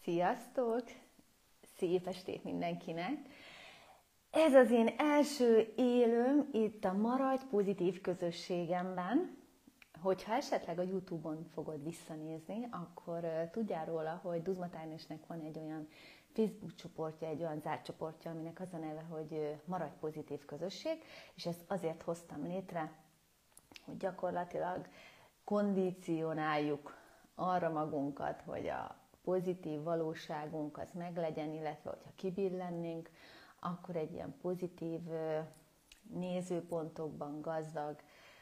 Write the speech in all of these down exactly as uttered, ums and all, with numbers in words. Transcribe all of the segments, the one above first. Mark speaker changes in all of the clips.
Speaker 1: Sziasztok! Szép estét mindenkinek! Ez az én első élőm itt a Maradj Pozitív közösségemben. Hogyha esetleg a YouTube-on fogod visszanézni, akkor tudjál róla, hogy Duzmat Ágnesnek van egy olyan Facebook csoportja, egy olyan zárt csoportja, aminek az a neve, hogy Maradj Pozitív közösség, és ezt azért hoztam létre, hogy gyakorlatilag kondicionáljuk arra magunkat, hogy a pozitív valóságunk az meglegyen, illetve hogyha kibillennénk, akkor egy ilyen pozitív nézőpontokban gazdag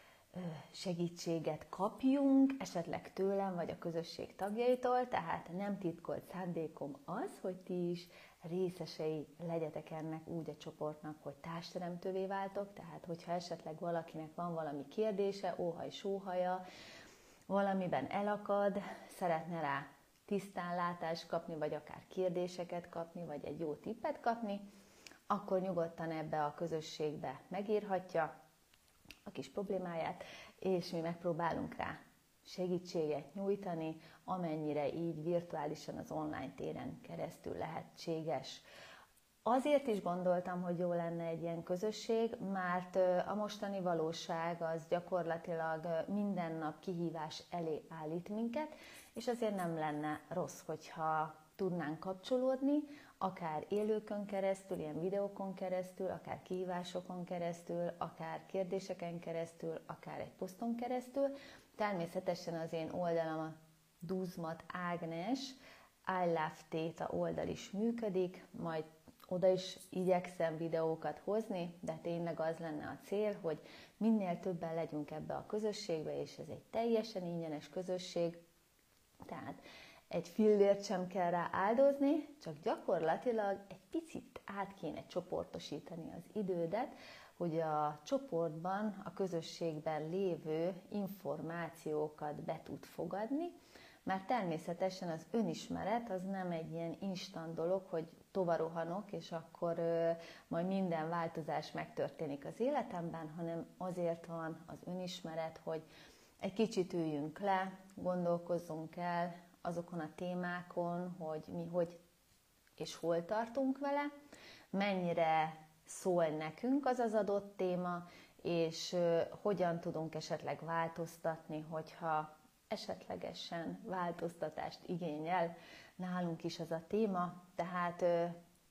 Speaker 1: segítséget kapjunk, esetleg tőlem vagy a közösség tagjaitól, tehát nem titkolt szándékom az, hogy ti is részesei legyetek ennek úgy a csoportnak, hogy társteremtővé váltok, tehát hogyha esetleg valakinek van valami kérdése, óhaj, sóhaja, valamiben elakad, szeretne rá tisztánlátást kapni, vagy akár kérdéseket kapni, vagy egy jó tippet kapni, akkor nyugodtan ebbe a közösségbe megírhatja a kis problémáját, és mi megpróbálunk rá segítséget nyújtani, amennyire így virtuálisan az online téren keresztül lehetséges. Azért is gondoltam, hogy jó lenne egy ilyen közösség, mert a mostani valóság az gyakorlatilag minden nap kihívás elé állít minket, és azért nem lenne rossz, hogyha tudnánk kapcsolódni, akár élőkön keresztül, ilyen videókon keresztül, akár kihívásokon keresztül, akár kérdéseken keresztül, akár egy poszton keresztül. Természetesen az én oldalam a Duzmat Ágnes I Love Theta oldal is működik, majd oda is igyekszem videókat hozni, de tényleg az lenne a cél, hogy minél többen legyünk ebbe a közösségbe, és ez egy teljesen ingyenes közösség, tehát egy fillért sem kell rá áldozni, csak gyakorlatilag egy picit át kéne csoportosítani az idődet, hogy a csoportban, a közösségben lévő információkat be tud fogadni, mert természetesen az önismeret az nem egy ilyen instant dolog, hogy tovarohanok, és akkor ö, majd minden változás megtörténik az életemben, hanem azért van az önismeret, hogy egy kicsit üljünk le, gondolkozzunk el azokon a témákon, hogy mi hogy és hol tartunk vele, mennyire szól nekünk az az adott téma, és ö, hogyan tudunk esetleg változtatni, hogyha esetlegesen változtatást igényel nálunk is az a téma, tehát ö,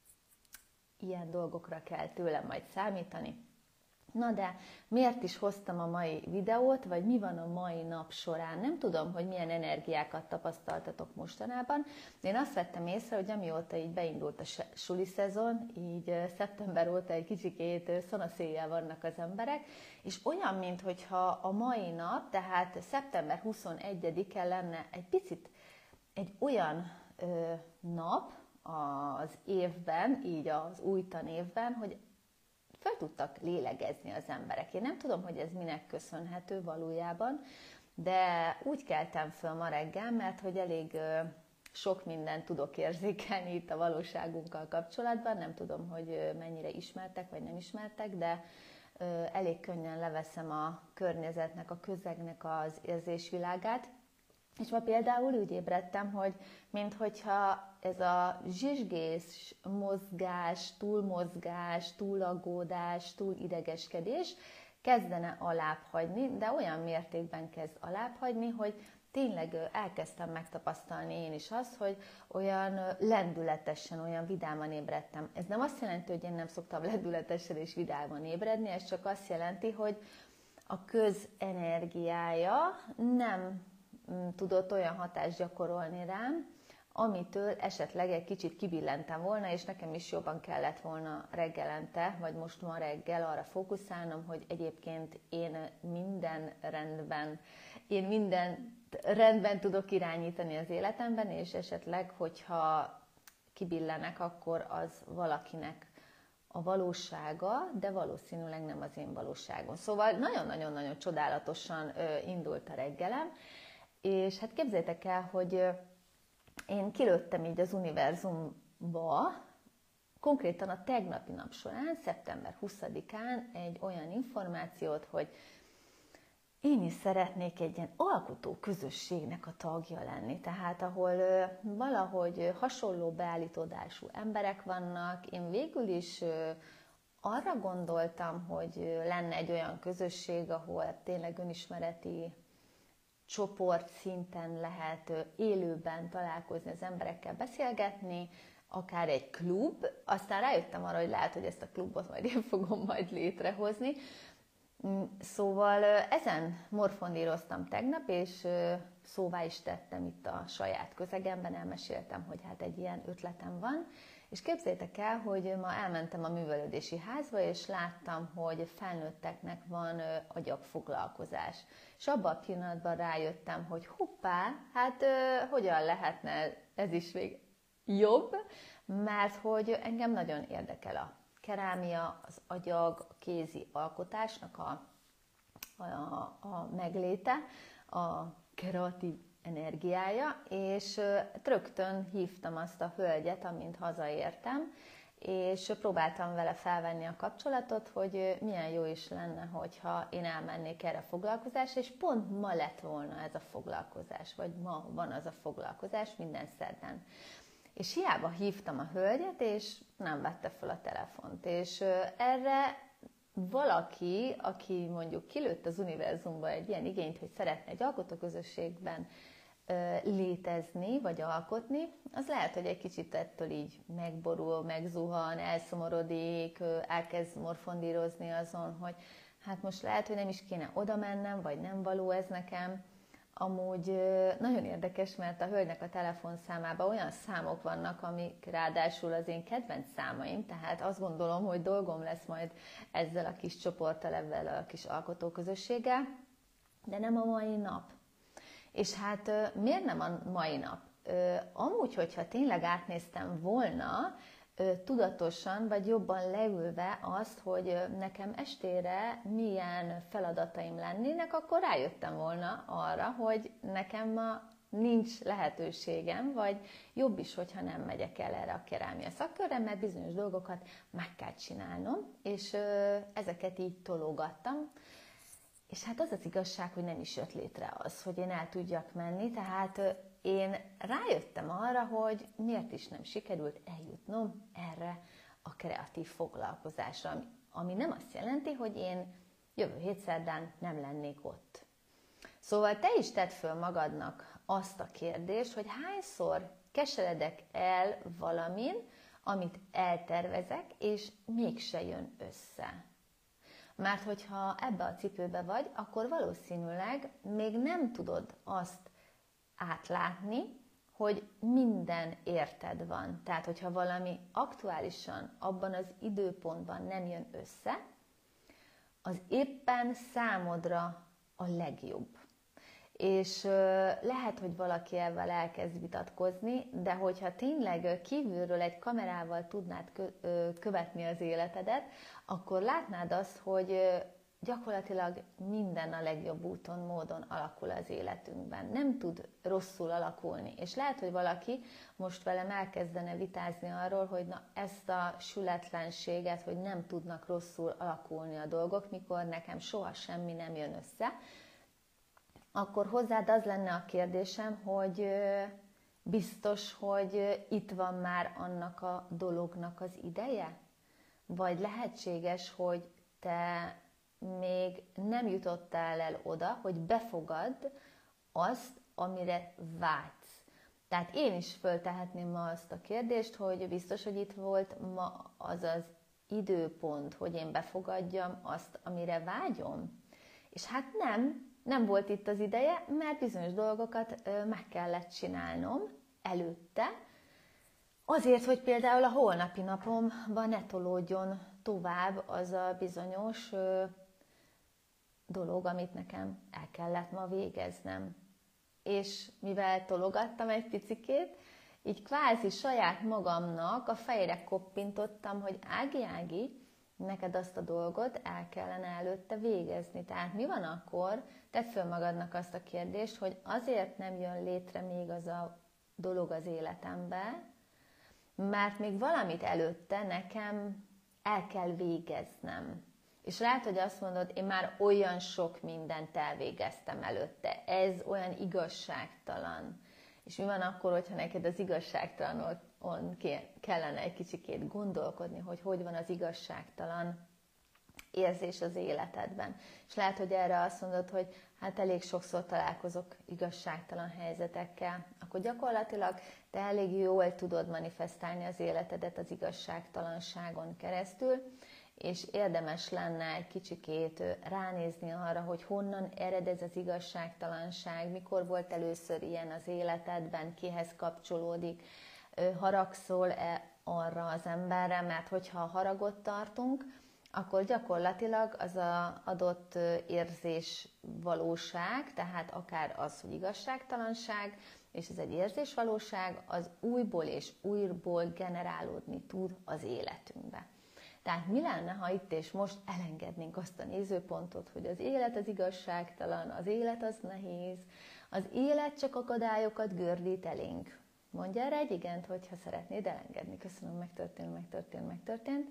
Speaker 1: ilyen dolgokra kell tőlem majd számítani. Na de miért is hoztam a mai videót, vagy mi van a mai nap során? Nem tudom, hogy milyen energiákat tapasztaltatok mostanában, de én azt vettem észre, hogy amióta így beindult a suli szezon, így szeptember óta egy kicsikét szanaszéjjel vannak az emberek, és olyan, mintha a mai nap, tehát szeptember huszonegyedike lenne egy picit egy olyan ö, nap az évben, így az új tanévben, hogy fel tudtak lélegezni az emberek. Én nem tudom, hogy ez minek köszönhető valójában, de úgy keltem föl ma reggel, mert hogy elég ö, sok mindent tudok érzékelni itt a valóságunkkal kapcsolatban. Nem tudom, hogy ö, mennyire ismertek, vagy nem ismertek, de ö, elég könnyen leveszem a környezetnek, a közegnek az érzésvilágát. És ma például úgy ébredtem, hogy minthogyha ez a zsizsgés, mozgás, túlmozgás, túlaggódás, túlidegeskedés kezdene alábbhagyni, de olyan mértékben kezd alábbhagyni, hogy tényleg elkezdtem megtapasztalni én is azt, hogy olyan lendületesen, olyan vidáman ébredtem. Ez nem azt jelenti, hogy én nem szoktam lendületesen és vidáman ébredni, ez csak azt jelenti, hogy a közenergiája nem tudott olyan hatást gyakorolni rám, amitől esetleg egy kicsit kibillentem volna, és nekem is jobban kellett volna reggelente, vagy most ma reggel arra fókuszálnom, hogy egyébként én minden rendben, én minden rendben tudok irányítani az életemben, és esetleg, hogyha kibillenek, akkor az valakinek a valósága, de valószínűleg nem az én valóságom. Szóval nagyon-nagyon-nagyon csodálatosan indult a reggelem, és hát képzeljétek el, hogy én kilőttem így az univerzumba, konkrétan a tegnapi nap során, szeptember huszadikán egy olyan információt, hogy Én is szeretnék egy ilyen alkotó közösségnek a tagja lenni, tehát ahol ö, valahogy hasonló beállítódású emberek vannak. Én végül is ö, arra gondoltam, hogy ö, lenne egy olyan közösség, ahol tényleg önismereti csoport szinten lehet ö, élőben találkozni az emberekkel, beszélgetni, akár egy klub. Aztán rájöttem arra, hogy lehet, hogy ezt a klubot majd én fogom majd létrehozni. Szóval ezen morfondíroztam tegnap, és szóvá is tettem itt a saját közegemben, elmeséltem, hogy hát egy ilyen ötletem van, és képzeljétek el, hogy ma elmentem a művelődési házba, és láttam, hogy felnőtteknek van agyagfoglalkozás. És abban a pillanatban rájöttem, hogy hoppá, hát hogyan lehetne ez is még jobb, mert hogy engem nagyon érdekel a kerámia, az agyag, a kézi alkotásnak a, a, a megléte, a kreatív energiája, és rögtön hívtam azt a hölgyet, amint hazaértem, és próbáltam vele felvenni a kapcsolatot, hogy milyen jó is lenne, hogyha én elmennék erre a foglalkozásra, és pont ma lett volna ez a foglalkozás, vagy ma van az a foglalkozás minden szerdán. És hiába hívtam a hölgyet, és nem vette fel a telefont. És erre valaki, aki mondjuk kilőtt az univerzumba egy ilyen igényt, hogy szeretne egy alkotóközösségben létezni, vagy alkotni, az lehet, hogy egy kicsit ettől így megborul, megzuhan, elszomorodik, elkezd morfondírozni azon, hogy hát most lehet, hogy nem is kéne oda mennem, vagy nem való ez nekem. Amúgy nagyon érdekes, mert a hölgynek a telefonszámában olyan számok vannak, amik ráadásul az én kedvenc számaim, tehát azt gondolom, hogy dolgom lesz majd ezzel a kis csoporttal, ezzel a kis alkotóközösséggel, de nem a mai nap. És hát miért nem a mai nap? Amúgy, hogyha tényleg átnéztem volna, tudatosan vagy jobban leülve azt, hogy nekem estére milyen feladataim lennének, akkor rájöttem volna arra, hogy nekem ma nincs lehetőségem, vagy jobb is, hogyha nem megyek el erre a kerámia szakkörre, mert bizonyos dolgokat meg kell csinálnom, és ezeket így tologattam. És hát az az igazság, hogy nem is jött létre az, hogy én el tudjak menni, tehát én rájöttem arra, hogy miért is nem sikerült eljutnom erre a kreatív foglalkozásra, ami nem azt jelenti, hogy én jövő hét szerdán nem lennék ott. Szóval te is tedd föl magadnak azt a kérdést, hogy hányszor keseredek el valamin, amit eltervezek, és mégse jön össze. Mert hogyha ebbe a cipőbe vagy, akkor valószínűleg még nem tudod azt átlátni, hogy minden érted van. Tehát, hogyha valami aktuálisan abban az időpontban nem jön össze, az éppen számodra a legjobb. És lehet, hogy valaki ebben elkezd vitatkozni, de hogyha tényleg kívülről egy kamerával tudnád követni az életedet, akkor látnád azt, hogy gyakorlatilag minden a legjobb úton, módon alakul az életünkben. Nem tud rosszul alakulni. És lehet, hogy valaki most velem elkezdene vitázni arról, hogy na, ezt a sületlenséget, hogy nem tudnak rosszul alakulni a dolgok, mikor nekem soha semmi nem jön össze, akkor hozzád az lenne a kérdésem, hogy biztos, hogy itt van már annak a dolognak az ideje? Vagy lehetséges, hogy te még nem jutottál el oda, hogy befogadd azt, amire vágysz. Tehát én is föltehetném ma azt a kérdést, hogy biztos, hogy itt volt ma az az időpont, hogy én befogadjam azt, amire vágyom. És hát nem, nem volt itt az ideje, mert bizonyos dolgokat meg kellett csinálnom előtte, azért, hogy például a holnapi napomban ne tolódjon tovább az a bizonyos dolog, amit nekem el kellett ma végeznem. És mivel tologattam egy picikét, így kvázi saját magamnak a fejre koppintottam, hogy Ági, Ági, neked azt a dolgot el kellene előtte végezni. Tehát mi van akkor? Tedd föl magadnak azt a kérdést, hogy azért nem jön létre még az a dolog az életembe, mert még valamit előtte nekem el kell végeznem. És lehet, hogy azt mondod, én már olyan sok mindent elvégeztem előtte, ez olyan igazságtalan. És mi van akkor, hogyha neked az igazságtalanon kellene egy kicsikét gondolkodni, hogy hogy van az igazságtalan érzés az életedben. És lehet, hogy erre azt mondod, hogy hát elég sokszor találkozok igazságtalan helyzetekkel, akkor gyakorlatilag te elég jól tudod manifestálni az életedet az igazságtalanságon keresztül, és érdemes lenne egy kicsikét ránézni arra, hogy honnan ered ez az igazságtalanság, mikor volt először ilyen az életedben, kihez kapcsolódik, haragszol-e arra az emberre, mert hogyha haragot tartunk, akkor gyakorlatilag az az adott érzés valóság, tehát akár az, hogy igazságtalanság, és ez egy érzésvalóság, az újból és újból generálódni tud az életünkbe. Tehát mi lenne, ha itt és most elengednénk azt a nézőpontot, hogy az élet az igazságtalan, az élet az nehéz, az élet csak akadályokat gördít elénk. Mondj erre egy igent, hogyha szeretnéd elengedni. Köszönöm, megtörtént, megtörtént, megtörtént.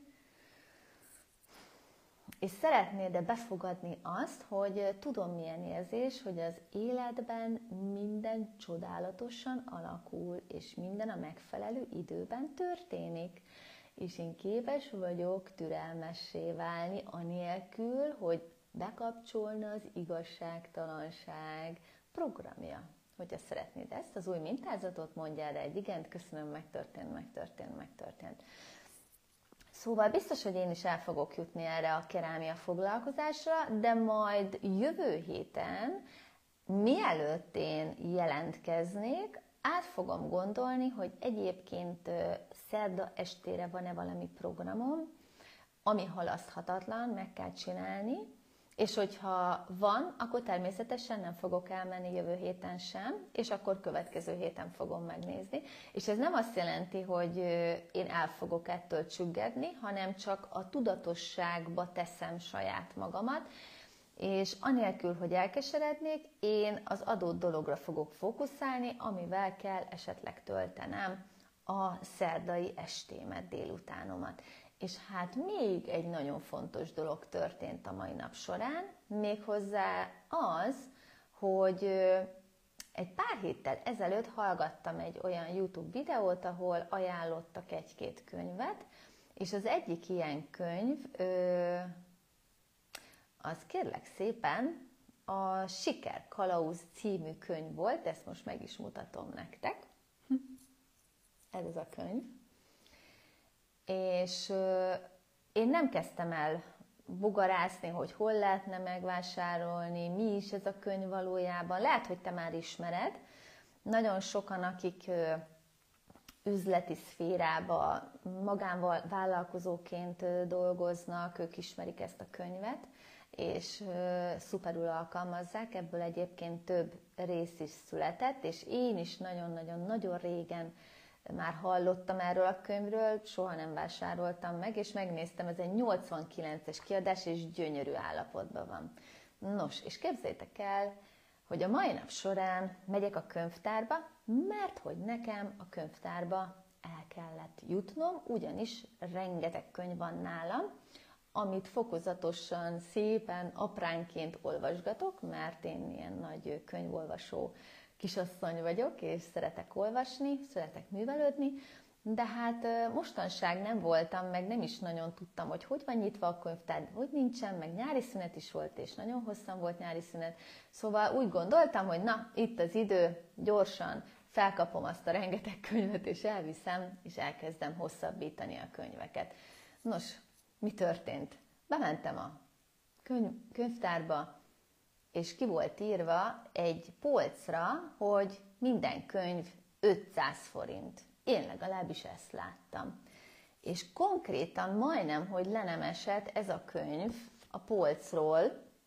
Speaker 1: És szeretnéd-e befogadni azt, hogy tudom milyen érzés, hogy az életben minden csodálatosan alakul, és minden a megfelelő időben történik. És én képes vagyok türelmessé válni, anélkül, hogy bekapcsolna az igazságtalanság programja. Hogyha szeretnéd ezt, az új mintázatot, mondjál rá egy igent, köszönöm, megtörtént, megtörtént, megtörtént. Szóval biztos, hogy én is el fogok jutni erre a kerámia foglalkozásra, de majd jövő héten, mielőtt én jelentkeznék, át fogom gondolni, hogy egyébként szerda estére van-e valami programom, ami halaszthatatlan, meg kell csinálni, és hogyha van, akkor természetesen nem fogok elmenni jövő héten sem, és akkor következő héten fogom megnézni. És ez nem azt jelenti, hogy én el fogok ettől csüggedni, hanem csak a tudatosságba teszem saját magamat, és anélkül, hogy elkeserednék, én az adott dologra fogok fókuszálni, amivel kell esetleg töltenem a szerdai estémet, délutánomat. És hát még egy nagyon fontos dolog történt a mai nap során, méghozzá az, hogy egy pár héttel ezelőtt hallgattam egy olyan YouTube videót, ahol ajánlottak egy-két könyvet, és az egyik ilyen könyv, az kérlek szépen a Sikerkalauz című könyv volt, ezt most meg is mutatom nektek. Ez az a könyv. És én nem kezdtem el bugarászni, hogy hol lehetne megvásárolni, mi is ez a könyv valójában. Lehet, hogy te már ismered. Nagyon sokan, akik üzleti szférába magánvállalkozóként dolgoznak, ők ismerik ezt a könyvet, és szuperül alkalmazzák, ebből egyébként több rész is született, és én is nagyon-nagyon-nagyon régen már hallottam erről a könyvről, soha nem vásároltam meg, és megnéztem, ez egy nyolcvankilences kiadás, és gyönyörű állapotban van. Nos, és képzeljétek el, hogy a mai nap során megyek a könyvtárba, mert hogy nekem a könyvtárba el kellett jutnom, ugyanis rengeteg könyv van nálam, amit fokozatosan, szépen, apránként olvasgatok, mert én ilyen nagy könyvolvasó kisasszony vagyok, és szeretek olvasni, szeretek művelődni, de hát mostanság nem voltam, meg nem is nagyon tudtam, hogy hogy van nyitva a könyvtár, hogy nincsen, meg nyári szünet is volt, és nagyon hosszan volt nyári szünet. Szóval úgy gondoltam, hogy na, itt az idő, gyorsan felkapom azt a rengeteg könyvet, és elviszem, és elkezdem hosszabbítani a könyveket. Nos, mi történt? Bementem a könyv, könyvtárba, és ki volt írva egy polcra, hogy minden könyv ötszáz forint. Én legalábbis ezt láttam. És konkrétan majdnem, hogy le nem esett ez a könyv a polcról,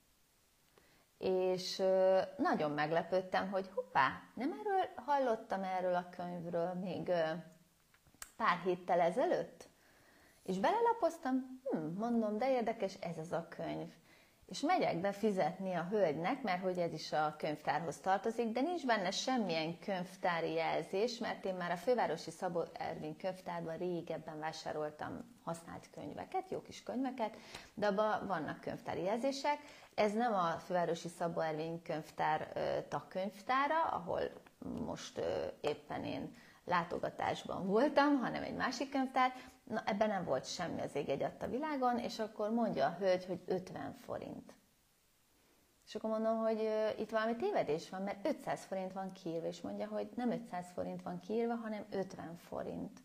Speaker 1: és nagyon meglepődtem, hogy hoppá, nem erről hallottam erről a könyvről még pár héttel ezelőtt? És belelapoztam, hm, mondom, de érdekes, ez az a könyv. És megyek be fizetni a hölgynek, mert hogy ez is a könyvtárhoz tartozik, de nincs benne semmilyen könyvtári jelzés, mert én már a Fővárosi Szabó Ervin könyvtárban régebben vásároltam használt könyveket, jó kis könyveket, de abban vannak könyvtári jelzések. Ez nem a Fővárosi Szabó Ervin könyvtár tagkönyvtára, ahol most éppen én látogatásban voltam, hanem egy másik könyvtár. Na, ebben nem volt semmi az ég egyatt a világon, és akkor mondja a hölgy, hogy ötven forint. És akkor mondom, hogy uh, itt valami tévedés van, mert ötszáz forint van kiírva, és mondja, hogy nem ötszáz forint van kiírva, hanem ötven forint.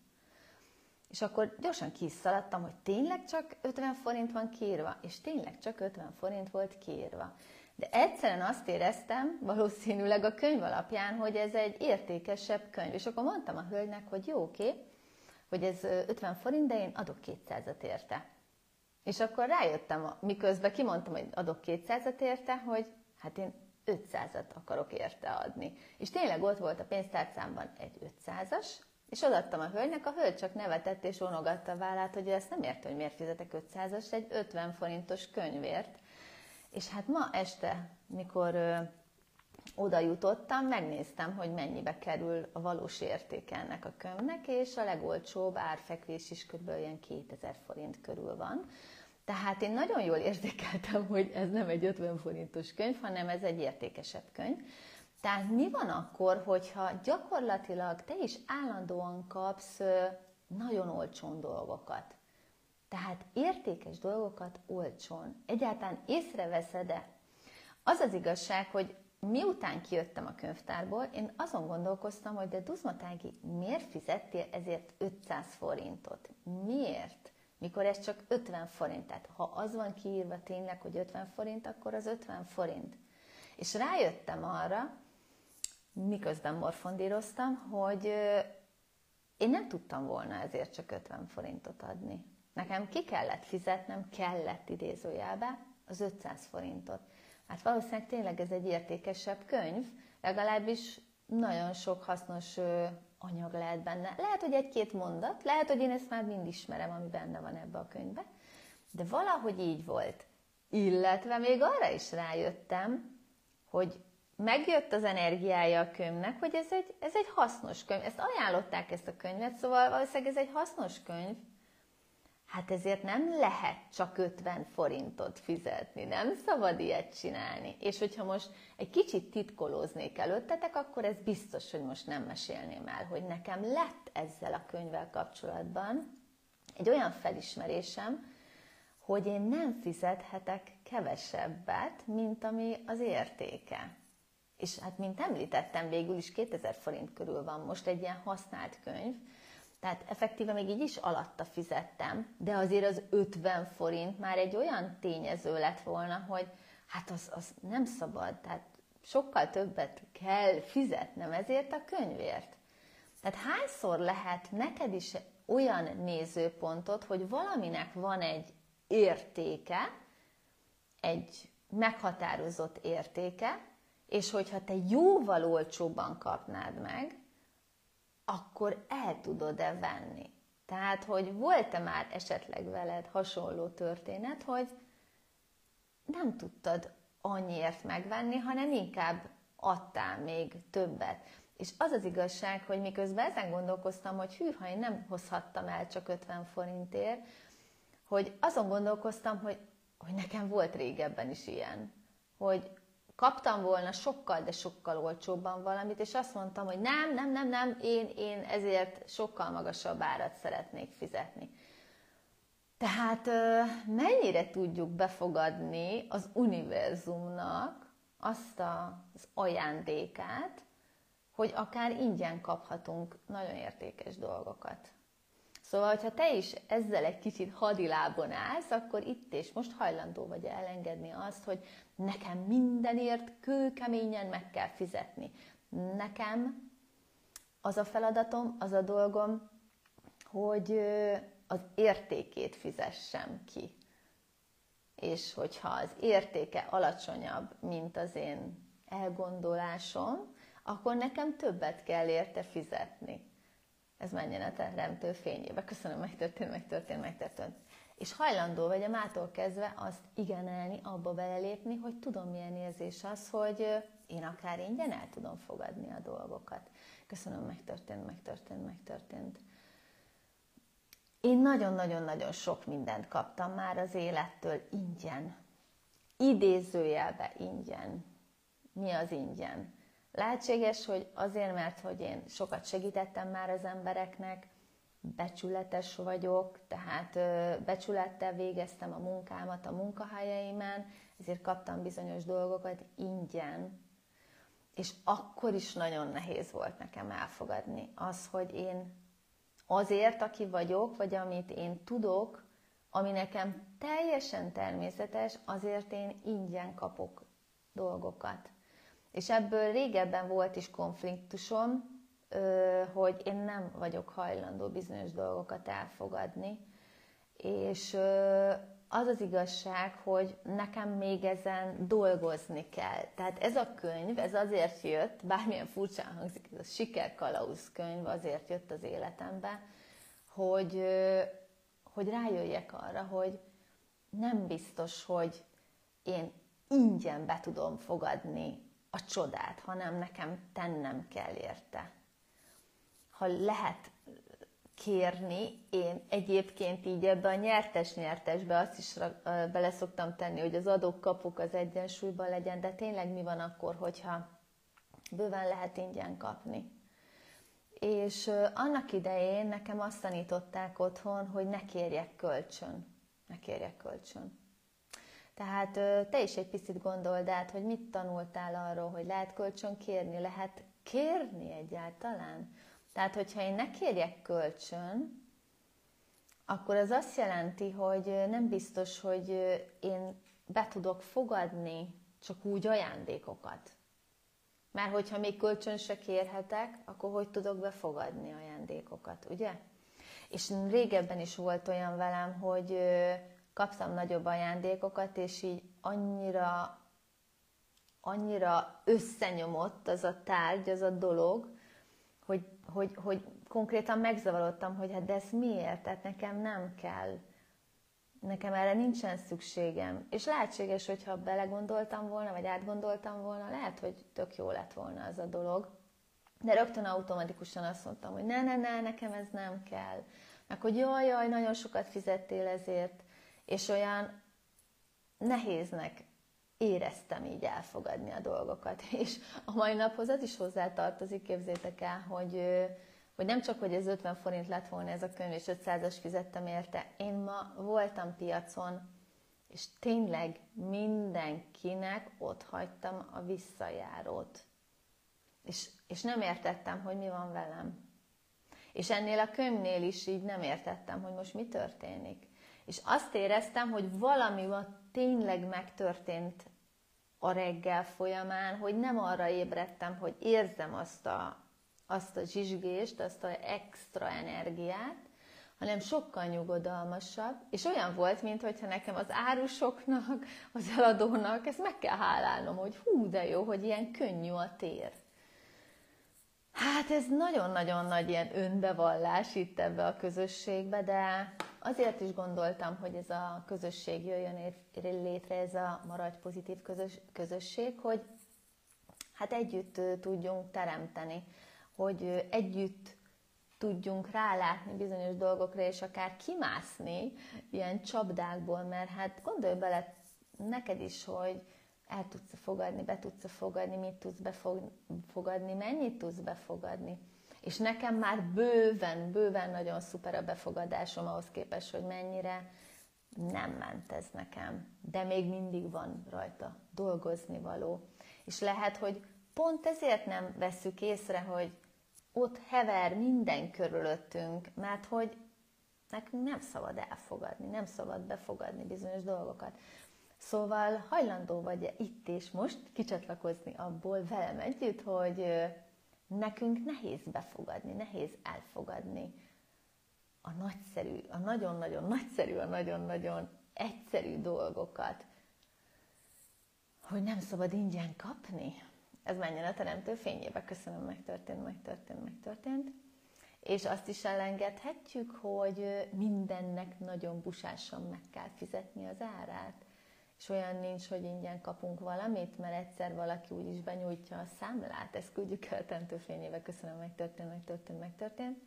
Speaker 1: És akkor gyorsan kiszaladtam, hogy tényleg csak ötven forint van kiírva, és tényleg csak ötven forint volt kiírva. De egyszerűen azt éreztem, valószínűleg a könyv alapján, hogy ez egy értékesebb könyv. És akkor mondtam a hölgynek, hogy jó, oké, okay, hogy ez ötven forint, de én adok kétszázat érte. És akkor rájöttem, miközben kimondtam, hogy adok kétszázat érte, hogy hát én ötszázat akarok érte adni. És tényleg ott volt a pénztárcámban egy ötszázas, és odaadtam a hölgynek, a hölgy csak nevetett és vonogatta a vállát, hogy ő ezt nem érte, hogy miért fizetek ötszázast egy ötven forintos könyvért. És hát ma este, mikor ö, oda jutottam, megnéztem, hogy mennyibe kerül a valós értéke ennek a könyvnek, és a legolcsóbb árfekvés is kb. Ilyen kétezer forint körül van. Tehát én nagyon jól érzékeltem, hogy ez nem egy ötven forintos könyv, hanem ez egy értékesebb könyv. Tehát mi van akkor, hogyha gyakorlatilag te is állandóan kapsz nagyon olcsón dolgokat? Tehát értékes dolgokat olcsón. Egyáltalán észreveszed-e? Az az igazság, hogy miután kijöttem a könyvtárból, én azon gondolkoztam, hogy de Duzmatági, miért fizettél ezért ötszáz forintot? Miért? Mikor ez csak ötven forint. Tehát ha az van kiírva tényleg, hogy ötven forint, akkor az ötven forint. És rájöttem arra, miközben morfondíroztam, hogy én nem tudtam volna ezért csak ötven forintot adni. Nekem ki kellett fizetnem, kellett idézőjelbe az ötszáz forintot. Hát valószínűleg tényleg ez egy értékesebb könyv, legalábbis nagyon sok hasznos anyag lehet benne. Lehet, hogy egy-két mondat, lehet, hogy én ezt már mind ismerem, ami benne van ebbe a könyvbe, de valahogy így volt. Illetve még arra is rájöttem, hogy megjött az energiája a könyvnek, hogy ez egy, ez egy hasznos könyv. Ezt ajánlották, ezt a könyvet, szóval valószínűleg ez egy hasznos könyv. Hát ezért nem lehet csak ötven forintot fizetni, nem szabad ilyet csinálni. És hogyha most egy kicsit titkolóznék előttetek, akkor ez biztos, hogy most nem mesélném el, hogy nekem lett ezzel a könyvvel kapcsolatban egy olyan felismerésem, hogy én nem fizethetek kevesebbet, mint ami az értéke. És hát, mint említettem, végül is kétezer forint körül van most egy ilyen használt könyv, tehát effektíve még így is alatta fizettem, de azért az ötven forint már egy olyan tényező lett volna, hogy hát az, az nem szabad, tehát sokkal többet kell fizetnem ezért a könyvért. Tehát hányszor lehet neked is olyan nézőpontot, hogy valaminek van egy értéke, egy meghatározott értéke, és hogyha te jóval olcsóbban kapnád meg, akkor el tudod-e venni. Tehát, hogy volt-e már esetleg veled hasonló történet, hogy nem tudtad annyiért megvenni, hanem inkább adtál még többet. És az az igazság, hogy miközben ezen gondolkoztam, hogy hű, ha én nem hozhattam el csak ötven forintért, hogy azon gondolkoztam, hogy, hogy nekem volt régebben is ilyen, hogy kaptam volna sokkal, de sokkal olcsóbban valamit, és azt mondtam, hogy nem, nem, nem, nem, én, én ezért sokkal magasabb árat szeretnék fizetni. Tehát mennyire tudjuk befogadni az univerzumnak azt az ajándékát, hogy akár ingyen kaphatunk nagyon értékes dolgokat. Szóval, hogyha te is ezzel egy kicsit hadilábon állsz, akkor itt és most hajlandó vagy elengedni azt, hogy nekem mindenért kőkeményen meg kell fizetni. Nekem az a feladatom, az a dolgom, hogy az értékét fizessem ki. És hogyha az értéke alacsonyabb, mint az én elgondolásom, akkor nekem többet kell érte fizetni. Ez menjen a teremtő fényébe. Köszönöm, megtörtént, megtörtént, megtörtént. És hajlandó vagy a mától kezdve azt igenelni, abba belelépni, hogy tudom, milyen érzés az, hogy én akár ingyen el tudom fogadni a dolgokat. Köszönöm, megtörtént, megtörtént, megtörtént. Én nagyon-nagyon-nagyon sok mindent kaptam már az élettől ingyen. Idézőjelbe ingyen. Mi az ingyen? Lehetséges, hogy azért, mert hogy én sokat segítettem már az embereknek, becsületes vagyok, tehát becsülettel végeztem a munkámat a munkahelyeimen, ezért kaptam bizonyos dolgokat ingyen, és akkor is nagyon nehéz volt nekem elfogadni az, hogy én azért, aki vagyok, vagy amit én tudok, ami nekem teljesen természetes, azért én ingyen kapok dolgokat. És ebből régebben volt is konfliktusom, hogy én nem vagyok hajlandó bizonyos dolgokat elfogadni, és az az igazság, hogy nekem még ezen dolgozni kell. Tehát ez a könyv, ez azért jött, bármilyen furcsán hangzik, ez a sikerkalauz könyv azért jött az életembe, hogy, hogy rájöjjek arra, hogy nem biztos, hogy én ingyen be tudom fogadni a csodát, hanem nekem tennem kell érte. Ha lehet kérni, én egyébként így ebbe a nyertes-nyertesbe azt is bele szoktam tenni, hogy az adok-kapok az egyensúlyban legyen, de tényleg mi van akkor, hogyha bőven lehet ingyen kapni. És annak idején nekem azt tanították otthon, hogy ne kérjek kölcsön. Ne kérjek kölcsön. Tehát te is egy picit gondold át, hogy mit tanultál arról, hogy lehet kölcsön kérni, lehet kérni egyáltalán. Tehát, hogyha én ne kérjek kölcsön, akkor az azt jelenti, hogy nem biztos, hogy én be tudok fogadni csak úgy ajándékokat. Mert hogyha még kölcsön se kérhetek, akkor hogy tudok befogadni ajándékokat, ugye? És régebben is volt olyan velem, hogy kaptam nagyobb ajándékokat, és így annyira, annyira összenyomott az a tárgy, az a dolog, hogy, hogy, hogy konkrétan megzavarodtam, hogy hát de ez miért? Tehát nekem nem kell. Nekem erre nincsen szükségem. És lehetséges, hogyha belegondoltam volna, vagy átgondoltam volna, lehet, hogy tök jó lett volna az a dolog. De rögtön automatikusan azt mondtam, hogy ne, ne, ne, nekem ez nem kell. Meg hogy jaj, jaj, nagyon sokat fizettél ezért. És olyan nehéznek éreztem így elfogadni a dolgokat. És a mai naphoz az is hozzátartozik, képzétek el, hogy, hogy nem csak, hogy ez ötven forint lett volna ez a könyv, és ötszázas fizettem érte. Én ma voltam piacon, és tényleg mindenkinek ott hagytam a visszajárót. És, és nem értettem, hogy mi van velem. És ennél a könyvnél is így nem értettem, hogy most mi történik. És azt éreztem, hogy valami tényleg megtörtént a reggel folyamán, hogy nem arra ébredtem, hogy érzem azt a, azt a zsizsgést, azt az extra energiát, hanem sokkal nyugodalmasabb, és olyan volt, mintha nekem az árusoknak, az eladónak ezt meg kell hálálnom, hogy hú, de jó, hogy ilyen könnyű a tér. Hát ez nagyon-nagyon nagy ilyen önbevallás itt ebbe a közösségbe, de azért is gondoltam, hogy ez a közösség jöjjön létre, ez a Maradj Pozitív közös, közösség, hogy hát együtt tudjunk teremteni, hogy együtt tudjunk rálátni bizonyos dolgokra, és akár kimászni ilyen csapdákból, mert hát gondolj bele neked is, hogy el tudsz fogadni, be tudsz fogadni, mit tudsz befogadni, mennyit tudsz befogadni. És nekem már bőven, bőven nagyon szuper a befogadásom ahhoz képest, hogy mennyire nem ment ez nekem. De még mindig van rajta dolgozni való. És lehet, hogy pont ezért nem vesszük észre, hogy ott hever minden körülöttünk, mert hogy nekünk nem szabad elfogadni, nem szabad befogadni bizonyos dolgokat. Szóval hajlandó vagy itt és most kicsatlakozni abból velem együtt, hogy nekünk nehéz befogadni, nehéz elfogadni a nagyszerű, a nagyon-nagyon nagyszerű, a nagyon-nagyon egyszerű dolgokat, hogy nem szabad ingyen kapni. Ez menjen a teremtő fényébe. Köszönöm, megtörtént, megtörtént, megtörtént. És azt is elengedhetjük, hogy mindennek nagyon busásan meg kell fizetni az árát. És olyan nincs, hogy ingyen kapunk valamit, mert egyszer valaki úgyis benyújtja a számlát. Ezt küldjük el Teremtőfényével, köszönöm, megtörtént, megtörtént, megtörtént.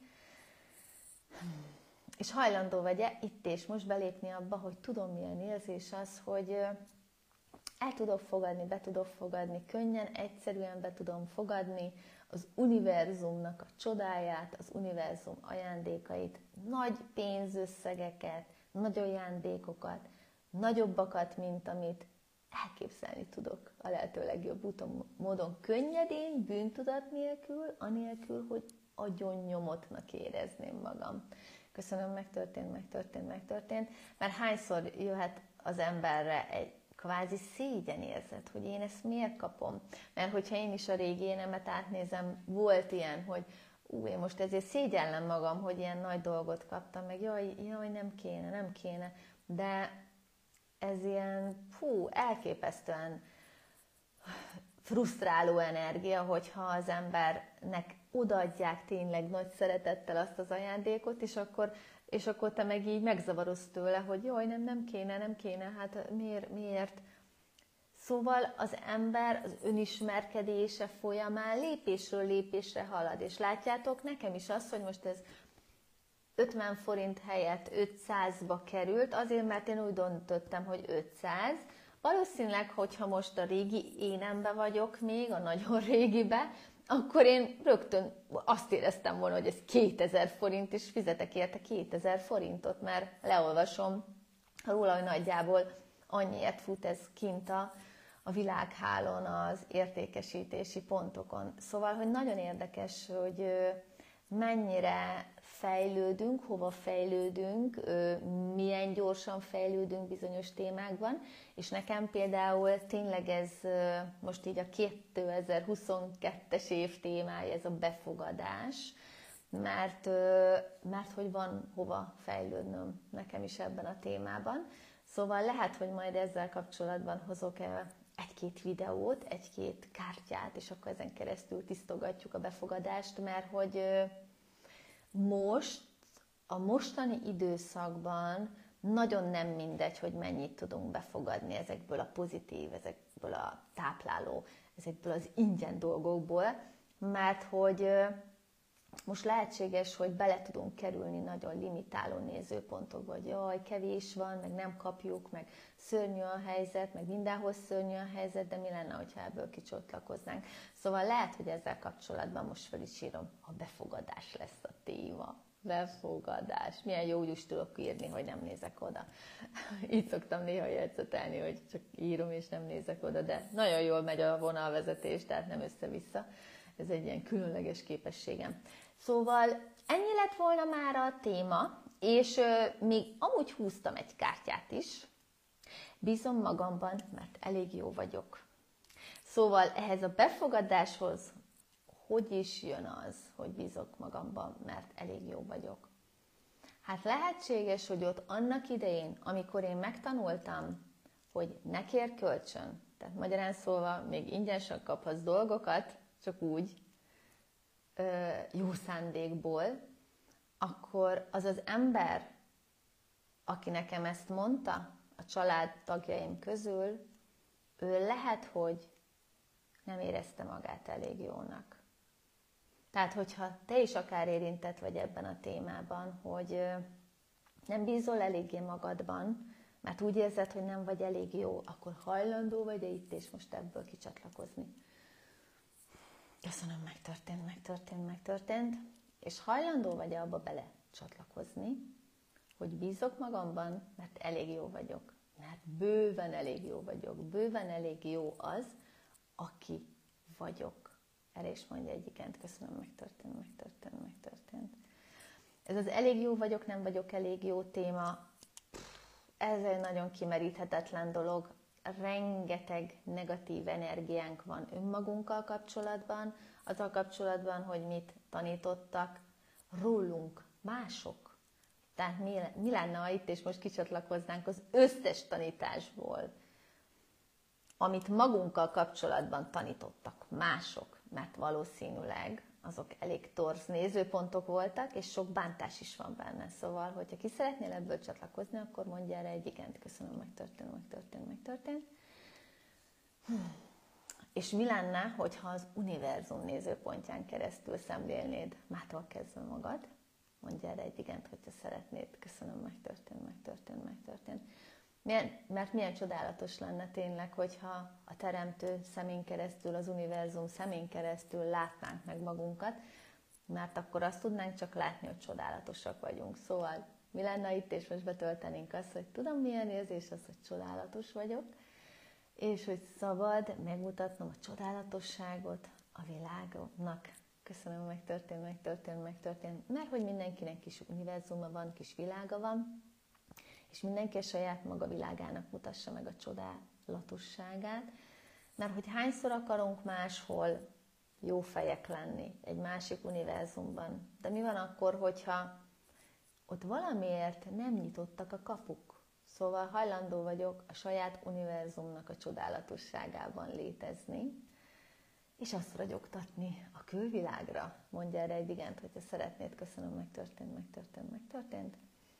Speaker 1: És hajlandó vagy-e itt és most belépni abba, hogy tudom, milyen érzés az, hogy el tudok fogadni, be tudok fogadni, könnyen, egyszerűen be tudom fogadni az univerzumnak a csodáját, az univerzum ajándékait, nagy pénzösszegeket, nagy ajándékokat, nagyobbakat, mint amit elképzelni tudok a lehető legjobb úton, módon, könnyedén, bűntudat nélkül, anélkül, hogy agyonnyomotnak érezném magam. Köszönöm, megtörtént, megtörtént, megtörtént, mert hányszor jöhet az emberre egy kvázi szégyenérzet, hogy én ezt miért kapom. Mert hogyha én is a régi énemet átnézem, volt ilyen, hogy ú, én most ezért szégyellem magam, hogy ilyen nagy dolgot kaptam, meg jaj, jaj, nem kéne, nem kéne, de ez ilyen, fú, elképesztően frusztráló energia, hogyha az embernek odaadják tényleg nagy szeretettel azt az ajándékot, és akkor, és akkor te meg így megzavarodsz tőle, hogy jaj, nem, nem kéne, nem kéne, hát miért, miért? Szóval az ember az önismerkedése folyamán lépésről lépésre halad, és látjátok, nekem is az, hogy most ez ötven forint helyett ötszázba került, azért, mert én úgy döntöttem, hogy ötszáz. Valószínűleg, hogyha most a régi énembe vagyok még, a nagyon régibe, akkor én rögtön azt éreztem volna, hogy ez kétezer forint, és fizetek érte kétezer forintot, mert leolvasom róla, hogy nagyjából annyiért fut ez kint a, a világhálón az értékesítési pontokon. Szóval, hogy nagyon érdekes, hogy mennyire fejlődünk, hova fejlődünk, milyen gyorsan fejlődünk bizonyos témákban, és nekem például tényleg ez most így a kétezer-huszonkettes év témája, ez a befogadás, mert, mert hogy van hova fejlődnöm nekem is ebben a témában. Szóval lehet, hogy majd ezzel kapcsolatban hozok egy-két videót, egy-két kártyát, és akkor ezen keresztül tisztogatjuk a befogadást, mert hogy most, a mostani időszakban nagyon nem mindegy, hogy mennyit tudunk befogadni ezekből a pozitív, ezekből a tápláló, ezekből az ingyen dolgokból, mert hogy most lehetséges, hogy bele tudunk kerülni nagyon limitáló nézőpontokba, hogy jaj, kevés van, meg nem kapjuk, meg szörnyű a helyzet, meg mindenhol szörnyű a helyzet, de mi lenne, hogyha ebből kicsatlakoznánk. Szóval lehet, hogy ezzel kapcsolatban most fel is írom, a befogadás lesz a téma. Befogadás. Milyen jó, úgy is tudok írni, hogy nem nézek oda. Így szoktam néha jegyzetelni, hogy csak írom és nem nézek oda, de nagyon jól megy a vonalvezetés, tehát nem össze-vissza. Ez egy ilyen különleges képességem. Szóval ennyi lett volna már a téma, és euh, még amúgy húztam egy kártyát is. Bízom magamban, mert elég jó vagyok. Szóval ehhez a befogadáshoz hogy is jön az, hogy bízok magamban, mert elég jó vagyok? Hát lehetséges, hogy ott annak idején, amikor én megtanultam, hogy ne kérj kölcsön, tehát magyarán szólva még ingyenesen kaphatsz dolgokat, csak úgy, jó szándékból, akkor az az ember, aki nekem ezt mondta, a család tagjaim közül, ő lehet, hogy nem érezte magát elég jónak. Tehát, hogyha te is akár érintett vagy ebben a témában, hogy nem bízol eléggé magadban, mert úgy érzed, hogy nem vagy elég jó, akkor hajlandó vagy, de itt és most ebből kicsatlakozni. Köszönöm, megtörtént, megtörtént, megtörtént. És hajlandó vagy abba bele csatlakozni, hogy bízok magamban, mert elég jó vagyok. Mert bőven elég jó vagyok. Bőven elég jó az, aki vagyok. Erre is mondja egyikent, köszönöm, megtörtént, megtörtént, megtörtént. Ez az elég jó vagyok, nem vagyok elég jó téma, ez egy nagyon kimeríthetetlen dolog. Rengeteg negatív energiánk van önmagunkkal kapcsolatban, azzal kapcsolatban, hogy mit tanítottak rólunk mások. Tehát mi, mi lenne, ha itt és most kicsatlakoznánk az összes tanításból, amit magunkkal kapcsolatban tanítottak mások, mert valószínűleg azok elég torz nézőpontok voltak, és sok bántás is van benne. Szóval, hogyha ki szeretnél ebből csatlakozni, akkor mondj erre egy igent, köszönöm, megtörtént, megtörtént, megtörtént. És mi lenne, hogyha az univerzum nézőpontján keresztül szemlélnéd mától kezdve magad? Mondj erre egy igent, hogyha szeretnéd. Köszönöm, megtörtént, megtörtént, megtörtént. Milyen, mert milyen csodálatos lenne tényleg, hogyha a teremtő szemén keresztül, az univerzum szemén keresztül látnánk meg magunkat, mert akkor azt tudnánk csak látni, hogy csodálatosak vagyunk. Szóval mi lenne itt, és most betöltenénk azt, hogy tudom, milyen érzés az, hogy csodálatos vagyok, és hogy szabad megmutatnom a csodálatosságot a világnak. Köszönöm, megtörtént, megtörtént, megtörtént. Mert hogy mindenkinek kis univerzuma van, kis világa van, és mindenki a saját maga világának mutassa meg a csodálatosságát. Mert hogy hányszor akarunk máshol jó fejek lenni, egy másik univerzumban. De mi van akkor, hogyha ott valamiért nem nyitottak a kapuk? Szóval hajlandó vagyok a saját univerzumnak a csodálatosságában létezni, és azt ragyogtatni a külvilágra. Mondja erre egy igent, hogyha szeretnéd. Köszönöm, megtörtént, megtörtént, megtörtént.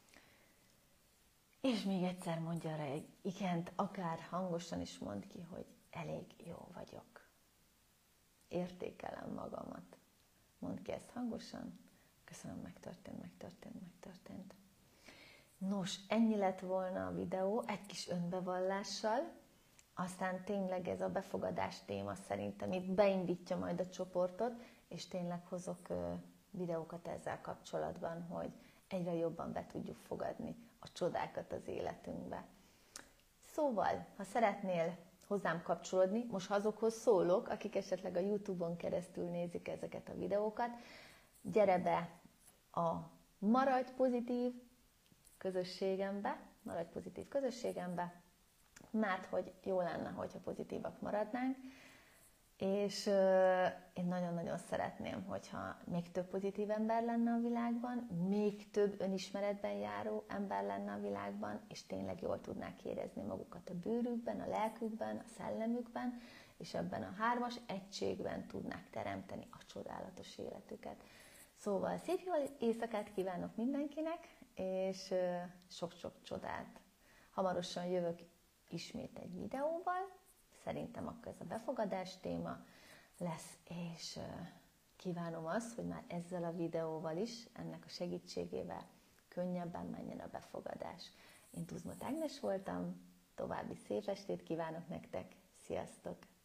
Speaker 1: És még egyszer mondja rá egy igent, akár hangosan is mondd ki, hogy elég jó vagyok. Értékelem magamat. Mondd ki ezt hangosan. Köszönöm, megtörtént, megtörtént, megtörtént. Nos, ennyi lett volna a videó, egy kis önbevallással. Aztán tényleg ez a befogadás téma szerintem itt beindítja majd a csoportot, és tényleg hozok videókat ezzel kapcsolatban, hogy egyre jobban be tudjuk fogadni a csodákat az életünkbe. Szóval, ha szeretnél hozzám kapcsolódni, most azokhoz szólok, akik esetleg a YouTube-on keresztül nézik ezeket a videókat, gyere be a Maradj Pozitív közösségembe, Maradj Pozitív közösségembe, mert hogy jó lenne, hogyha pozitívak maradnánk, és euh, én nagyon-nagyon szeretném, hogyha még több pozitív ember lenne a világban, még több önismeretben járó ember lenne a világban, és tényleg jól tudnák érezni magukat a bőrükben, a lelkükben, a szellemükben, és ebben a hármas egységben tudnák teremteni a csodálatos életüket. Szóval szép jó éjszakát kívánok mindenkinek, és euh, sok-sok csodát. Hamarosan jövök ismét egy videóval, szerintem akkor ez a befogadás téma lesz, és kívánom azt, hogy már ezzel a videóval is, ennek a segítségével könnyebben menjen a befogadás. Én Tuzmot Ágnes voltam, további szép estét kívánok nektek, sziasztok!